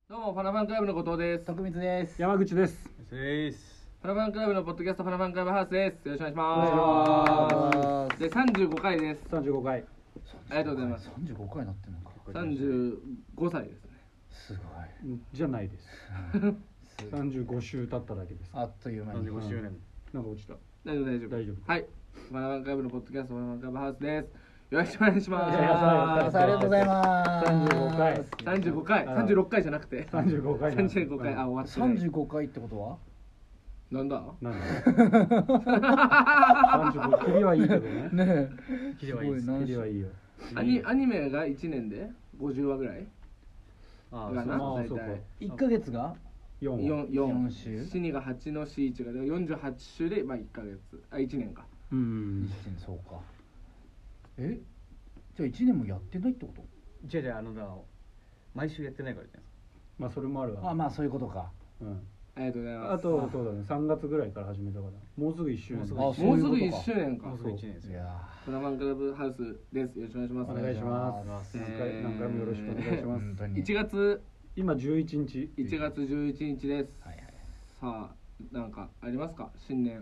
どうもファナファンクラブの後藤です。 徳光です。 山口です。 ファナファンクラブのポッドキャストファナファンクラブハウスです。よろしくお願いします。 お願いします。 で35回です。 35回。 ありがとうございます。 35回なってんのか。 35歳ですね。 すごい。 じゃないです。35週経っただけです。 あっという間に。 35周年。なんか落ちた。 大丈夫大丈夫。 大丈夫。 はい。ファナファンクラブのポッドキャストファナファンクラブハウスです。よろしくお願いします。 ありがとうございます。 35回。 35回。36回じゃなくて。 35回。 35回。あ、終わってない。 35回ってことは？ なんだなんだ35、切りはいいけどね。 ねえ。 切りはいいです。切りはいいよ。 アニメが1年で50話ぐらいあがな、大そうか。 体。 1ヶ月が 4 週。 7が8の C1 が48週で、まあ1ヶ月。あ、1年か。 うん。 そうか。じゃあ1年もやってないってこと？ 違う毎週やってないからじゃないですか。 まあそれもあるわ。 あ、まあそういうことか。 うん。 ありがとうございます。 あとそうだね。3月ぐらいから始めたから。もうすぐ1周年。 あもうすぐ1周年か。 もうすぐ1年ですよ。 いやファナファンクラブハウスです。よろしくお願いします。 お願いします。何回もよろしくお願いします。 本当に。 1月今11日。 1月11日です。 はいはい。 さあ、なんかありますか、新年。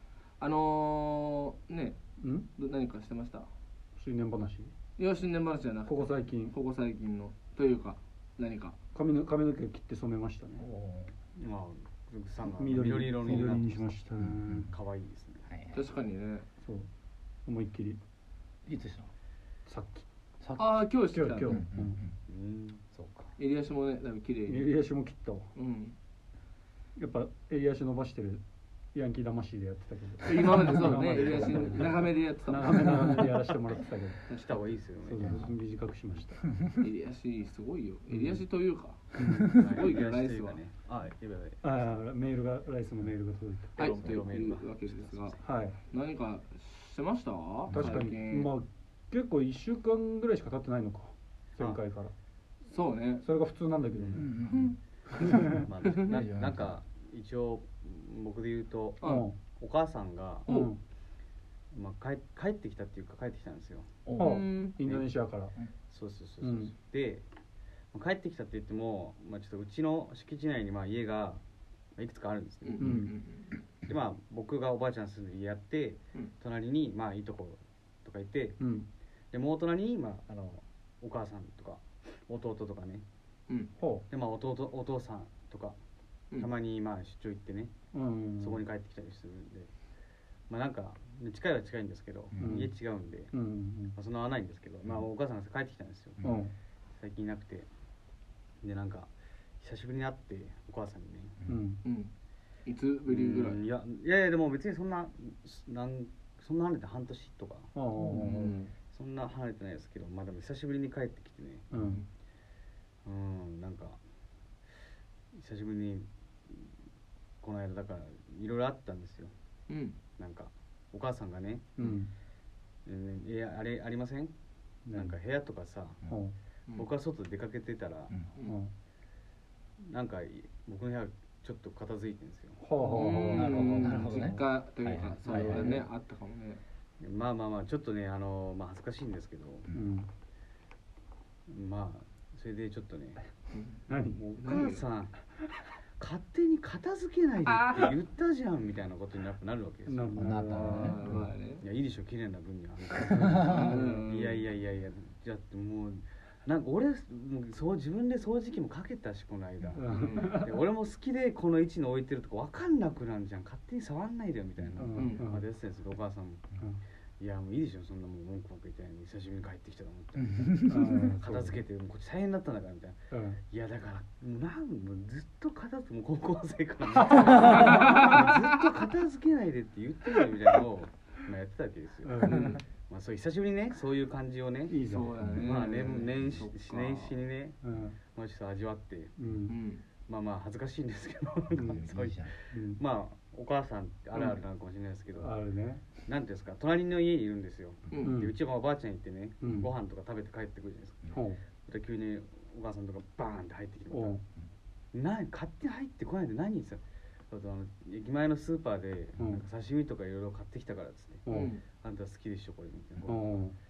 ね、何かしてました？ 新年話。 いや、新年話じゃなくて、 ここ最近のというか何か。 髪の毛切って染めましたね。 まあさんが緑色にしました。 可愛いですね。 確かにね。 そう思いっきり。 いつしたの？ さっき。 ああ、今日してた。 今日。 そうか。 襟足もね、だいぶ綺麗に。 襟足も切ったわ。 うん。 やっぱ襟足伸ばしてるヤンキー魂でやってたけど。 今までそうね、襟足長めでやってた。 長めでやらせてもらってたけど。 した方がいいですよね。 そう短くしました。 襟足すごいよ。襟足というか。すごいけどライスは。 あ、やばい。 メールがライスのメールが届いた。 はい、というわけですが、 はい。 何かしてました？ 確かに。まあ結構1週間ぐらいしか経ってないのか。前回から。 そうね。 それが普通なんだけどね。 まあなんか一応僕で言うとお母さんがまあ帰ってきたっていうか帰ってきたんですよ。 インドネシアから。 そう。で帰ってきたって言っても、まあちょっとうちの敷地内にまあ家がいくつかあるんですね。でまあ僕がおばあちゃん住んでる家やって、隣にまあいいとことかいて、でもう隣にまあお母さんとか弟とかね。でまあお父さんとかたまにまあ出張行ってね、そこに帰ってきたりするんで、まあなんか近いは近いんですけど、家違うんで、まあそんな合わないんですけど、まあお母さんが帰ってきたんですよ。最近いなくて、でなんか久しぶりに会ってお母さんにね、 いつぶりぐらい？ いやでも別にそんな離れて半年とか、そんな離れてないですけど、まあでも久しぶりに帰ってきてね、なんか久しぶりにこの間だからいろいろあったんですよ。なんかお母さんがね、あれありません？なんか部屋とかさ、僕は外出かけてたら、なんか僕の部屋ちょっと片付いてるんですよ。 なるほどね。 実家というかそういうね、あったかもね。 まあちょっとねまあ恥ずかしいんですけど、まあそれでちょっとね、お母さん勝手に片付けないでって言ったじゃんみたいなことになるわけですよ。いやいいでしょ、綺麗な分には。いやだってもうなんか俺もうそう自分で掃除機もかけたしこの間、俺も好きでこの位置に置いてるとか分かんなくなるじゃん、勝手に触んないでよみたいな出てたんですけど、お母さんもいやもういいでしょ、そんなもん文句ばっか言ってないのに久しぶりに帰ってきたと思って片付けてもうこっち大変だったんだからみたいな。いやだからもうずっと片付け、もう高校生からずっと片付けないでって言ってるみたいなのをやってたわけですよ。まあそう久しぶりにね、そういう感じをね、まあ年始にね、まあちょっと味わって、まあ恥ずかしいんですけど、まあお母さんってあるあるなのかもしれないですけど、なんていうんですか、隣の家にいるんですよ。でうちはおばあちゃん行ってね、ご飯とか食べて帰ってくるじゃないですか。急にお母さんとかバーンって入ってきて、勝手に入ってこないで何言ってた。駅前のスーパーでなんか刺身とかいろいろ買ってきたからっつって、あんた好きでしょこれみたいな。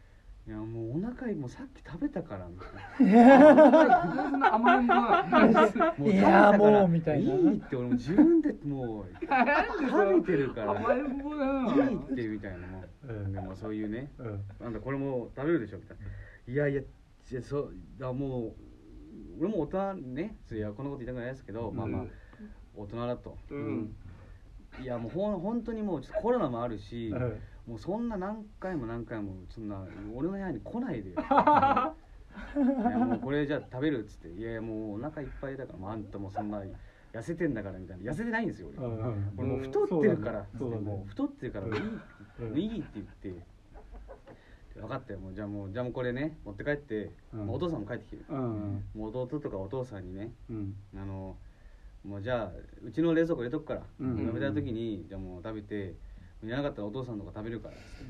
いやもうお腹もうさっき食べたからみたいなそんな甘えん坊なもういやもうみたいないいって俺も自分でもう食べてるから甘えん坊だないいってみたいなもうでもそういうねうんなんだこれも食べるでしょみたいないやいやそうだもう俺も大人ねいやこんなこと言いたくないですけど、まあまあ大人だと、いやもう本当にもうちょっとコロナもあるし、もうそんな何回もそんな俺の部屋に来ないでよいやもうこれじゃあ食べるっつっていやもうお腹いっぱいだからもうあんたもそんな痩せてんだからみたいな痩せてないんですよ俺もう太ってるからもう太ってるからいいって言って分かったよもうじゃあもうこれね持って帰って、お父さんも帰ってきてる、もう弟とかお父さんにね、もうじゃあうちの冷蔵庫入れとくから、食べたい時にじゃあもう食べていらなかったらお父さんとか食べるからっつって、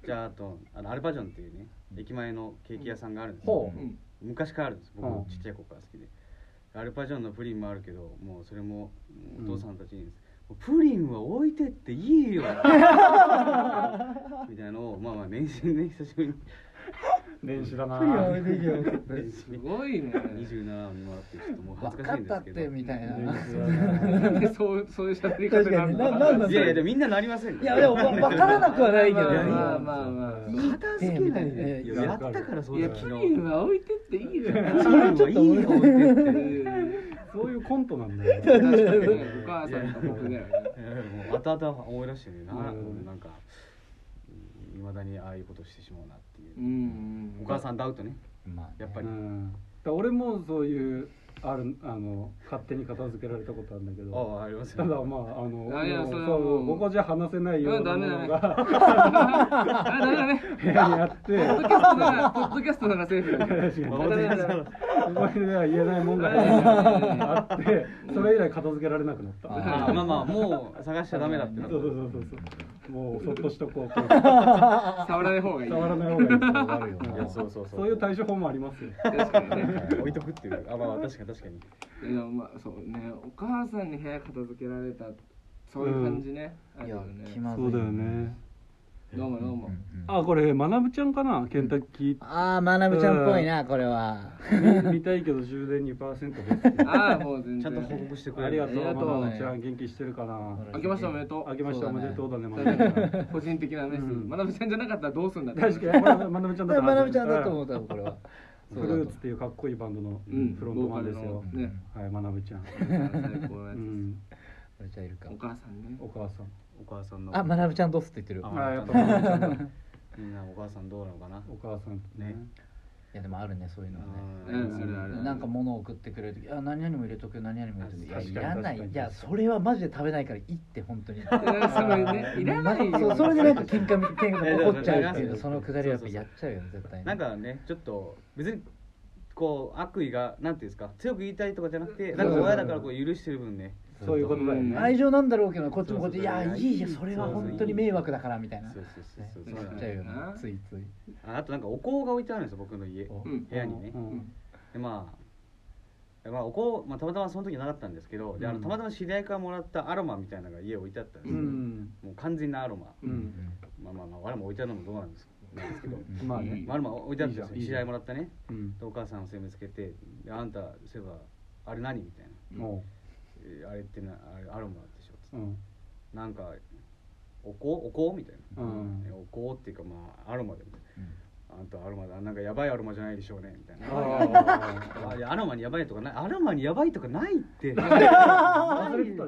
じゃああとアルパジョンっていうね駅前のケーキ屋さんがあるんですよ、昔からあるんです僕ちっちゃい頃から好きで、アルパジョンのプリンもあるけどもうそれもお父さんたちにプリンは置いてっていいよみたいなのをまあ年始ね久しぶりに年始だなプリンは置いていいよすごいね 27を見もらってちょっともう恥ずかしいんですけど分かったってみたいななんでそういう喋り方なんだなんだいやいやでもみんななりませんいやでも分からなくはないけどねまあまあまあ片付けないでやったからそういやプリンは置いてっていいじゃんプリンはいいよ置いてってそういうコントなんだよ確かにねお母さんと僕だよねもう後々思い出してねなんかいまだにああいうことしてしまうなっていうお母さんと会うとねやっぱり俺もそういう勝手に片付けられたことあるんだけどありますただまあそうここじゃ話せないようなものが部屋にあってポッドキャストならセーフだここでは言えないもんがあってそれ以来片付けられなくなったまあまあもう探しちゃダメだってなったそうもうそっとしとこう触らない方がいい触らない方がいいそういう対処法もありますよ確かにね置いとくっていうまあ確かにまあそうねお母さんに部屋片付けられたそういう感じねあるよねそうだよねどうもこれまなぶちゃんかなケンタッキーまなぶちゃんっぽいなこれは見たいけど充電 2% ですもう全然ちゃんと報告してくれありがとうまなぶちゃん元気してるかな明けましておめでとう明けましておめでとうだねまなぶちゃん個人的なメッセージまなぶちゃんじゃなかったらどうすんだ確かにまなぶちゃんだまなぶちゃんだと思ったこれはフルーツっていうかっこいいバンドのフロントマンですよはいまなぶちゃん最高のやつじゃあいるかお母さんねお母さんのまなぶちゃんどうすって言ってるやっぱまなぶちゃんだみんなお母さんどうなのかなお母さんねいやでもあるねそういうのはねなんか物を送ってくれる時何々も入れとく何々も入れとくいらないいやそれはマジで食べないからいいって本当にいらないよそれでなんか喧嘩が起こっちゃうっていうそのくだりはやっぱやっちゃうよね絶対なんかねちょっと別にこう悪意がなんていうんですか強く言いたいとかじゃなくてなんか親だからこう許してる分ねそういうことだよね愛情なんだろうけどこっちもこっちいやいいよそれは本当に迷惑だからみたいなそうやっちゃうよなついついあとなんかお香が置いてあるんですよ僕の家部屋にねでまあお香たまたまその時なかったんですけどでたまたま知り合いからもらったアロマみたいなのが家置いてあったんですよもう完全なアロマまあアロマ置いてあるのもどうなんですけどまあねアロマ置いてあったんですよ知り合いもらったねお母さんをそれ見つけてあんたそういえばあれ何みたいなあれってあれアロマでしょなんかお香みたいなお香っていうかまあアロマでみたいなあんたアロマだなんかやばいアロマじゃないでしょうねみたいなアロマにやばいとかないアロマにやばいとかないってア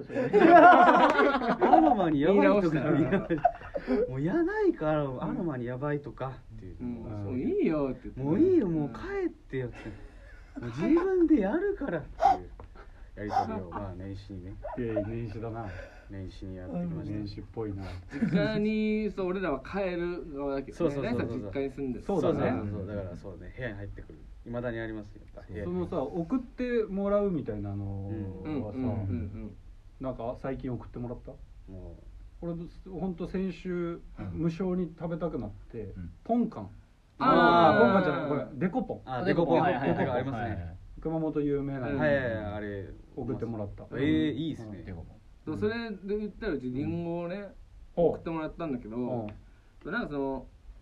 ロマにやばいとかもうやないからアロマにやばいとかっていうもういいよってもういいよもう帰ってよってもう自分でやるからっていうやりとりをまあ年始にね年始だな年始にやってきました年始っぽいな実家に俺らは帰る側だけどね実家に住んでそうだねだからそうね部屋に入ってくる未だにありますよそのさ送ってもらうみたいなのはさなんか最近送ってもらった俺ほんと先週無償に食べたくなってポンカンポンカンじゃないこれデコポンデコポンありますね熊本有名なあれ送ってもらったいいですねそれで言ったらうちリンゴをね送ってもらったんだけどなんかその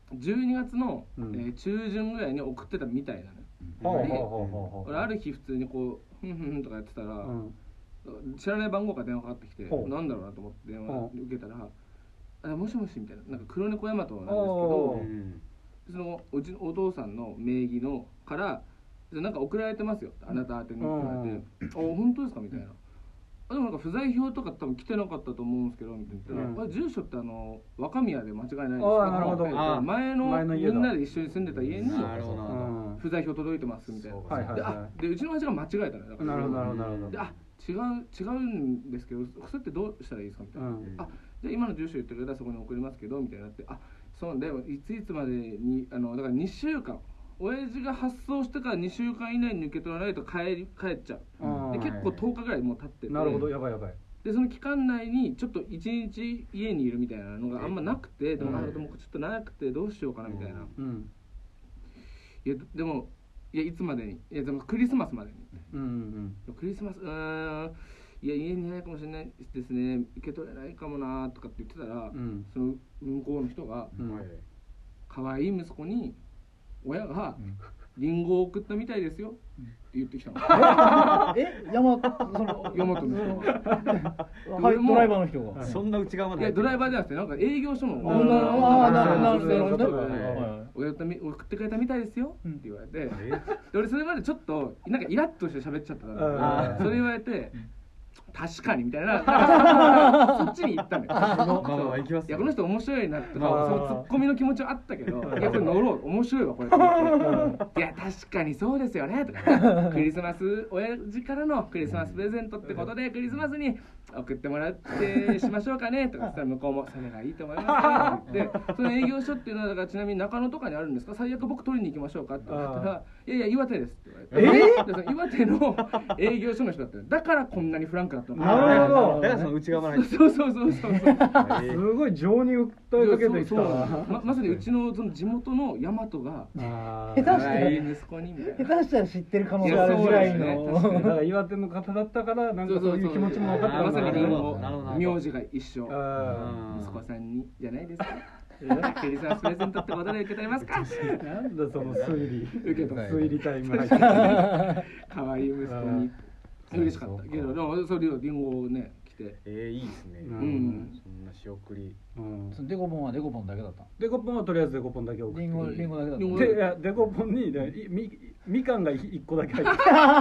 12月の、中旬ぐらいに送ってたみたいなの。で俺ある日普通にこうふんふんふんとかやってたら、知らない番号から電話かかってきて、なんだろうなと思って電話受けたら、もしもしみたいな、なんか黒猫ヤマトなんですけど、そのうちのお父さんの名義のからなんか送られてますよ、あなた宛てに送られて、本当ですかみたいな。でもなんか不在票とか多分来てなかったと思うんですけどみたいな言ったら、住所って若宮で間違いないですか、前のみんなで一緒に住んでた家に不在票届いてますみたいな。でうちの親父が間違えたのよ。なるほど。で違うんですけど、それってどうしたらいいですかみたいな。じゃあ今の住所言ってくれたらそこに送りますけどみたいになって、そうでもいつまでにだから2週間親父が発送してから2週間以内に受け取らないと帰っちゃう。で結構10日ぐらいもう経ってて、 なるほど、やばい。 でその期間内にちょっと1日家にいるみたいなのがあんまなくて、でもちょっとなくてどうしようかなみたいな。いやでもいつまでに、でもクリスマスまでに。クリスマスいや家にいないかもしれないですね、受け取れないかもなとかって言ってたら、その向こうの人が可愛い息子に親がリンゴを送ったみたいですよって言ってきたの。 ヤマトの人がドライバーの人がそんな内側まで。 いやドライバーじゃなくてなんか営業所の親送ってくれたみたいですよって言われて、で俺それまでちょっとなんかイラッとして喋っちゃったからそれ言われて確かにみたいなそっちに行ったのよ。いやこの人面白いなってそのツッコミの気持ちはあったけど、いやこれ乗ろう面白いわこれと思って、いや確かにそうですよねとか、クリスマス親父からのクリスマスプレゼントってことでクリスマスに送ってもらってしましょうかねとか言ったら向こうもそれがいいと思いますって言って、その営業所っていうのはだからちなみに中野とかにあるんですか、最悪僕取りに行きましょうかって言ったら、いや岩手ですって言われて、で岩手の営業所の人だっただからこんなにフランクだったの。 なるほど。 だからその内側まで。 そうすごい情に訴えかけてきた。 まさにうちのその地元の大和が下手したら知ってる可能性あるぐらいの。 だから岩手の方だったからなんかそういう気持ちも分かった。 まさに名字が一緒、息子さんにじゃないですか。クリスマスプレゼントってことで受け取りますか。 なんだその推理タイム入って可愛い息子に嬉しかったけど、でもそれをリンゴをね来て、 いいですね。そんな仕送り。 デコポンはデコポンだけだった。 デコポンはとりあえずデコポンだけ送って。 リンゴだけだった。 でいやデコポンにみかんが1個だけ入って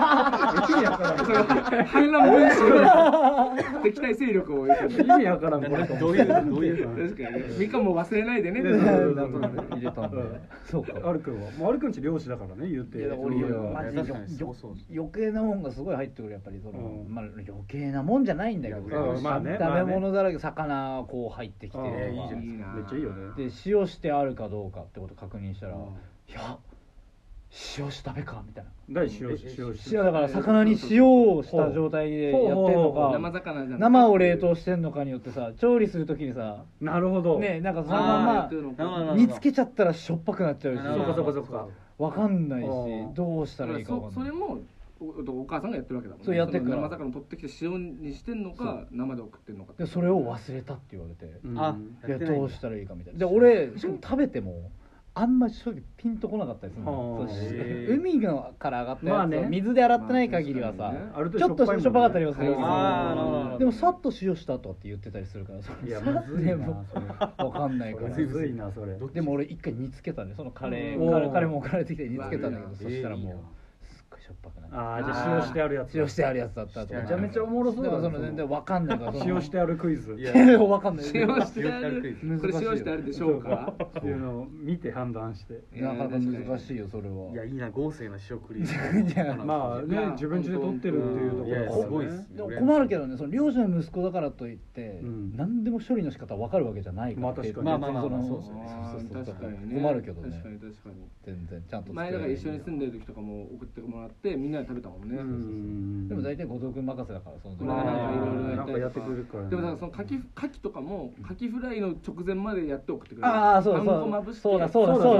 反乱分子敵対勢力を意味わからん。これどういう確かにみかんも忘れないでね入れたんで。そうか。 アルくんはもうアルくんち漁師だからね言って。 余計なもんがすごい入ってくる。やっぱりそのまあ余計なもんじゃないんだけど、食べ物だらけ、魚こう入ってきて、 めっちゃいいよね。 で塩してあるかどうかってこと確認したら、いや塩しダメかみたいな。塩だから魚に塩をした状態でやってんのか、生を冷凍してんのかによってさ、調理するときにさ、 なるほどね、なんかそのまま煮つけちゃったらしょっぱくなっちゃうし、 そうかわかんないし、どうしたらいいかわかんない。 それもお母さんがやってるわけだもんね。 そうやってるから生魚取ってきて塩にしてんのか生で送ってんのか。 でそれを忘れたって言われて、いやどうしたらいいかみたいな。で俺しかも食べてもあんまり正直ピンとこなかったりするの。海から上がったやつを水で洗ってない限りはさ、ちょっとしょっぱかったりはするけど、でもさっと塩したとかって言ってたりするから、 いやむずいなそれ。 わかんないから。 むずいなそれ。 でも俺一回煮つけたね、そのカレーも送られてきて煮つけたんだけど、そしたらもうしょっぱくなって。じゃあ塩してあるやつ。 塩してあるやつだったと。 めちゃめちゃおもろそうだ。 その全然わかんないから。 塩してあるクイズ。 わかんない。 塩してあるクイズ。これ塩してあるでしょうか。 っていうのを見て判断して。 なかなか難しいよそれは。 いやいいな、豪勢な塩クリまあね、自分家で取ってるっていうところすごいです。 でも困るけどね、その漁師の息子だからといって何でも処理の仕方わかるわけじゃないから。 まあ確かに。 まあそうですね。 確かにね。 困るけどね。 確かに全然ちゃんと。 前だから一緒に住んでる時とかも送ってもらってみんなで食べたもんね。 でも大体後藤君任せだからその時なんかやってくれるから。 でもなんかその牡蠣とかも牡蠣フライの直前までやって送ってくれる。 ああそうだそうだあ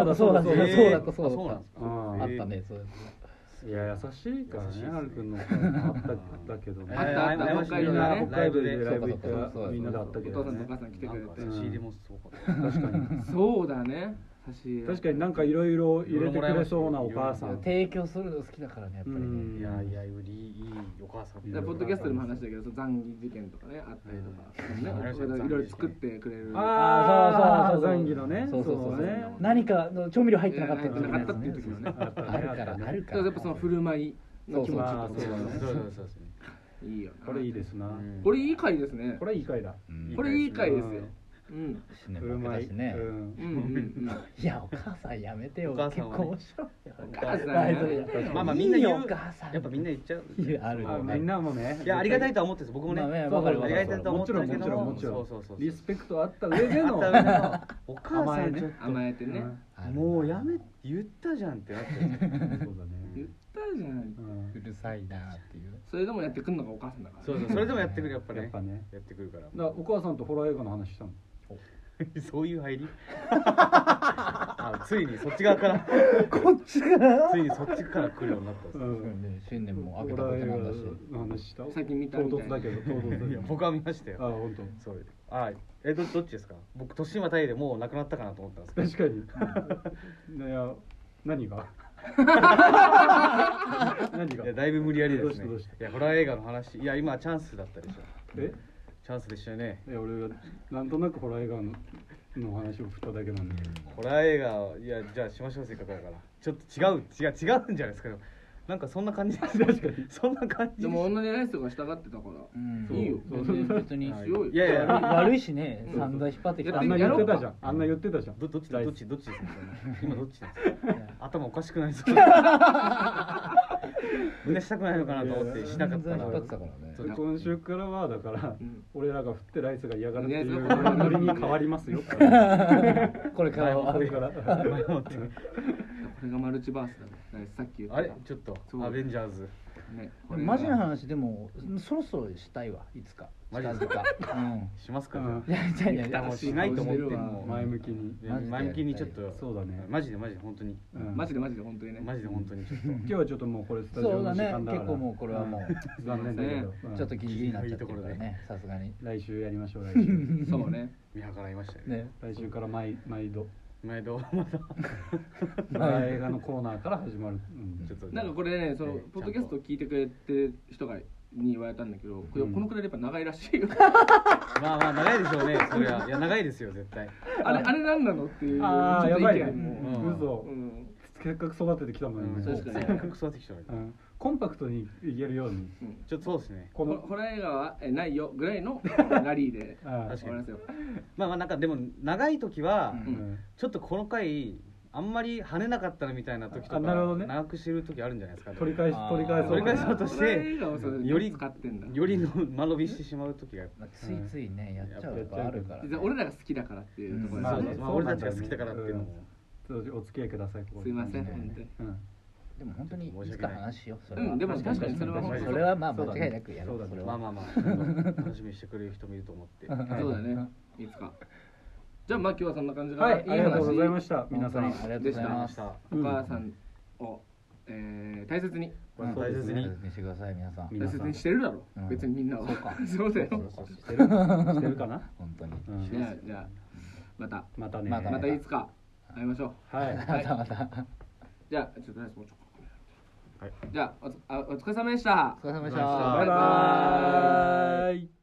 ったね。 いや優しいからね、あるくんのあったけどね。 あった北海道でライブ行ったみんなであったけど。 お父さんとお母さん来てくれて。 差し入れもすごかった。 確かに。 そうだね。 確かになんかいろいろ入れてくれそうなお母さん。 提供するの好きだからねやっぱりね。 いやいやいいお母さん。 ポッドキャストでも話したけど残疑事件とかねあったりとかいろいろ作ってくれる。 ああそう残疑のね。 そうそうね。何かの調味料入ってなかったっていう時もね。あるからあるから。やっぱその振る舞いの気持ちとか。そういいよな。 これいいですな。 これいい回ですね。 これいい回だ。 これいい回ですよ。 振る舞いね。いやお母さんやめてよ。結構面白い。 お母さん。 まあみんな言う。やっぱみんな言っちゃう。 あるよ。 みんなもね。 いやありがたいとは思ってるんです僕もね。ありがたいと思ってるけど。 もちろん。リスペクトあった上でのお母さんね。 甘えてね。 もうやめ言ったじゃんってなって。そうだね。 言ったじゃん。 うるさいなっていう。 それでもやってくるのがお母さんだから。 そうそれでもやってくるやっぱね。やってくるから。 お母さんとホラー映画の話したの。 そういう入りついにそっち側からこっちからついにそっちから来るようになった新年も明けたことなんだし話した最近見た唐突だけど僕は見ましたよ。 本当。 そうどっちですか。僕年またいでもうなくなったかなと思ったんですけど。確かにいや何が何がいやだいぶ無理やりですね。いやホラー映画の話いや今チャンスだったでしょ。チャンスでしたよね。 俺がなんとなくホラー映画の話を振っただけなんで。 ホラー映画いやじゃあしましょうせっかくだからちょっと違うんじゃないですか。なんかそんな感じ確かにそんな感じでも同じライスが従ってたからいいよ別にいや悪いしね散々引っ張ってきた。 あんな言ってたじゃんあんな言ってたじゃん。 どっちですか今どっちですか頭おかしくないですかみんなしたくないのかなと思ってしなかったら今週からはだから俺らが振ってライスが嫌がるっていうノリに変わりますよこれからこれがマルチバースだねさっき言ったあれちょっとアベンジャーズマジな話でもそろそろしたいわいつかマジですかしますか。 いやしないと思っても前向きにちょっとそうだねマジで本当にマジで本当にねマジで本当にちょっと今日はちょっともうこれスタジオの時間だから結構もうこれはもう残念だけどちょっとギリギリになっちゃってるからねさすがに来週やりましょう来週そうね見計らいましたね。 来週から毎度また映画のコーナーから始まる。 なんかこれねそのポッドキャストを聞いてくれてる人がに言われたんだけどこのくらいやっぱ長いらしいよ。 まあ長いでしょうねそりゃ。いや長いですよ絶対。 あれ何なのっていうちょっと意見も嘘せっかく育ててきたもんね。 確かにせっかく育ててきたのにコンパクトにいけるようにちょっとそうですね。 ホラー映画はないよぐらいのラリーで確かにまあなんかでも長い時はちょっとこの回あんまり跳ねなかったなみたいな時とか長くしてる時あるんじゃないですか。 取り返そうとしてよりの間延びしてしまう時がついついねやっちゃうとかあるから。 俺らが好きだからっていうところですね。俺たちが好きだからっていうのもお付き合いください。 すいません本当に。 でも本当にいつか話しよう。 でも確かにそれはまあ間違いなくやろう。 まあ楽しみにしてくれる人もいると思って。 そうだねいつか。じゃあまあ今日はそんな感じで、 ありがとうございました皆さん。 ありがとうございました。 お母さんを大切にしてください皆さん。 大切にしてるだろ別にみんなは。そうだよ。 してるかな本当に。 じゃあまたねいつか会いましょう。 はいまた。 じゃあちょっともうちょっと。じゃあお疲れ様でした。 お疲れ様でした。 バイバーイ。